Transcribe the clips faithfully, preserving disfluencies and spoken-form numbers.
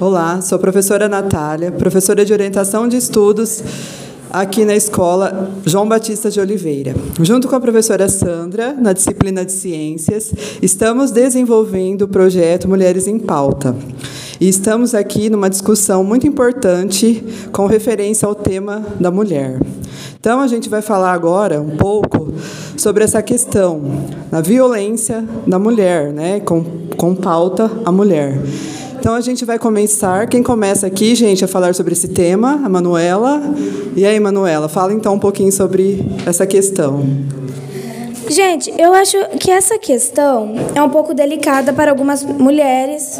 Olá, sou a professora Natália, professora de orientação de estudos aqui na escola João Batista de Oliveira. Junto com a professora Sandra, na disciplina de Ciências, estamos desenvolvendo o projeto Mulheres em Pauta. E estamos aqui numa discussão muito importante com referência ao tema da mulher. Então, a gente vai falar agora um pouco sobre essa questão da violência da mulher, né? com, com pauta a mulher. Então, a gente vai começar. Quem começa aqui, gente, a falar sobre esse tema? A Manuela. E aí, Manuela, fala então um pouquinho sobre essa questão. Gente, eu acho que essa questão é um pouco delicada para algumas mulheres,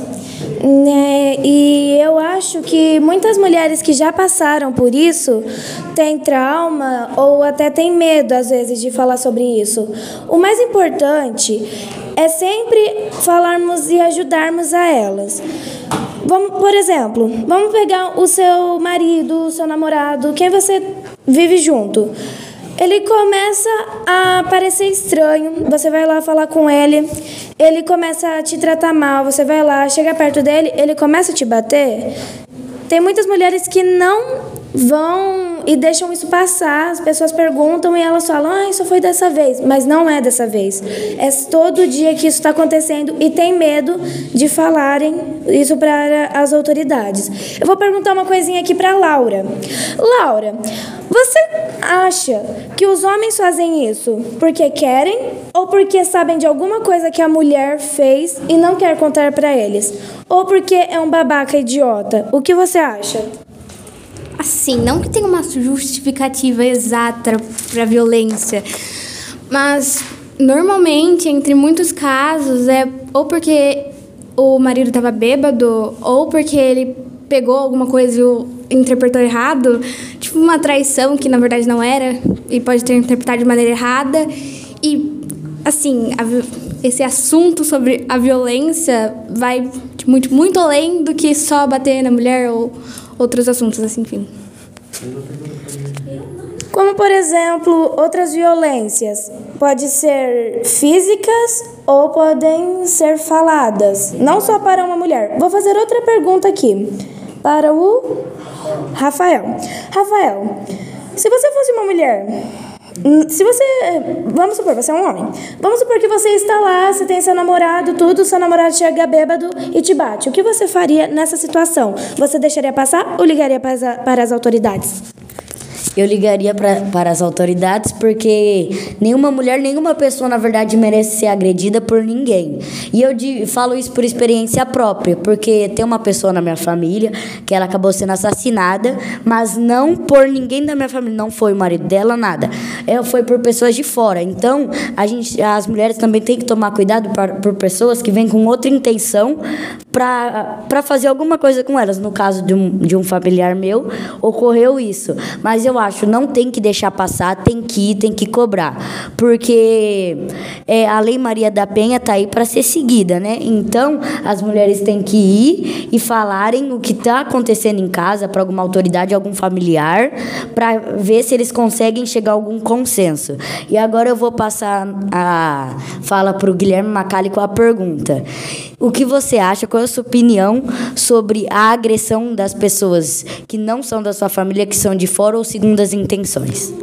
né? E eu acho que muitas mulheres que já passaram por isso têm trauma ou até têm medo, às vezes, de falar sobre isso. O mais importante é sempre falarmos e ajudarmos a elas. Vamos, por exemplo, vamos pegar o seu marido, o seu namorado, quem você vive junto. Ele começa a parecer estranho, você vai lá falar com ele, ele começa a te tratar mal, você vai lá, chega perto dele, ele começa a te bater. Tem muitas mulheres que não vão e deixam isso passar, as pessoas perguntam e elas falam, ah, isso foi dessa vez, mas não é dessa vez. É todo dia que isso está acontecendo e tem medo de falarem isso para as autoridades. Eu vou perguntar uma coisinha aqui para Laura. Laura, você acha que os homens fazem isso porque querem ou porque sabem de alguma coisa que a mulher fez e não quer contar para eles? Ou porque é um babaca idiota? O que você acha? Assim, não que tenha uma justificativa exata para violência, mas normalmente, entre muitos casos, é ou porque o marido estava bêbado, ou porque ele pegou alguma coisa e o interpretou errado, tipo uma traição que na verdade não era, e pode ter interpretado de maneira errada. E, assim, a, esse assunto sobre a violência vai muito, muito além do que só bater na mulher ou outros assuntos, assim, enfim. Como, por exemplo, outras violências. Pode ser físicas ou podem ser faladas. Não só para uma mulher. Vou fazer outra pergunta aqui. Para o Rafael. Rafael, se você fosse uma mulher... Se você... Vamos supor, você é um homem. Vamos supor que você está lá, você tem seu namorado, tudo, seu namorado chega bêbado e te bate. O que você faria nessa situação? Você deixaria passar ou ligaria para as, para as autoridades? Eu ligaria pra, para as autoridades porque nenhuma mulher, nenhuma pessoa, na verdade, merece ser agredida por ninguém. E eu de, falo isso por experiência própria, porque tem uma pessoa na minha família que ela acabou sendo assassinada, mas não por ninguém da minha família, não foi o marido dela, nada. É, foi por pessoas de fora. Então, a gente, as mulheres também têm que tomar cuidado por, por pessoas que vêm com outra intenção para fazer alguma coisa com elas. No caso de um, de um familiar meu, ocorreu isso. Mas eu acho, não tem que deixar passar, tem que ir, tem que cobrar. Porque é, a Lei Maria da Penha está aí para ser seguida, né? Então, as mulheres têm que ir e falarem o que está acontecendo em casa para alguma autoridade, algum familiar, para ver se eles conseguem chegar a algum consenso. E agora eu vou passar a fala para o Guilherme Macali com a pergunta. O que você acha, qual é a sua opinião sobre a agressão das pessoas que não são da sua família, que são de fora ou segundas intenções?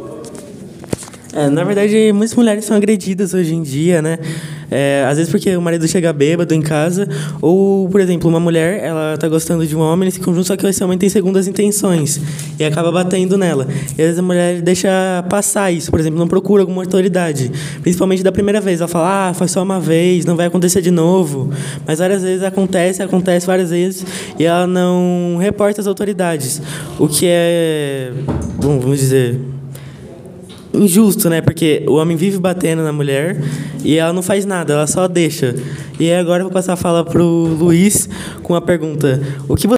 É, na verdade, muitas mulheres são agredidas hoje em dia, né? É, às vezes porque o marido chega bêbado em casa, ou, por exemplo, uma mulher, ela tá gostando de um homem, eles ficam juntos, só que esse homem tem segundas intenções e acaba batendo nela. E às vezes a mulher deixa passar isso, por exemplo, não procura alguma autoridade, principalmente da primeira vez. Ela fala, ah, foi só uma vez, não vai acontecer de novo. Mas várias vezes acontece, acontece várias vezes, e ela não reporta as autoridades, o que é, bom, vamos dizer... injusto, né? Porque o homem vive batendo na mulher e ela não faz nada, ela só deixa. E agora eu vou passar a fala pro Luiz com a pergunta: o que você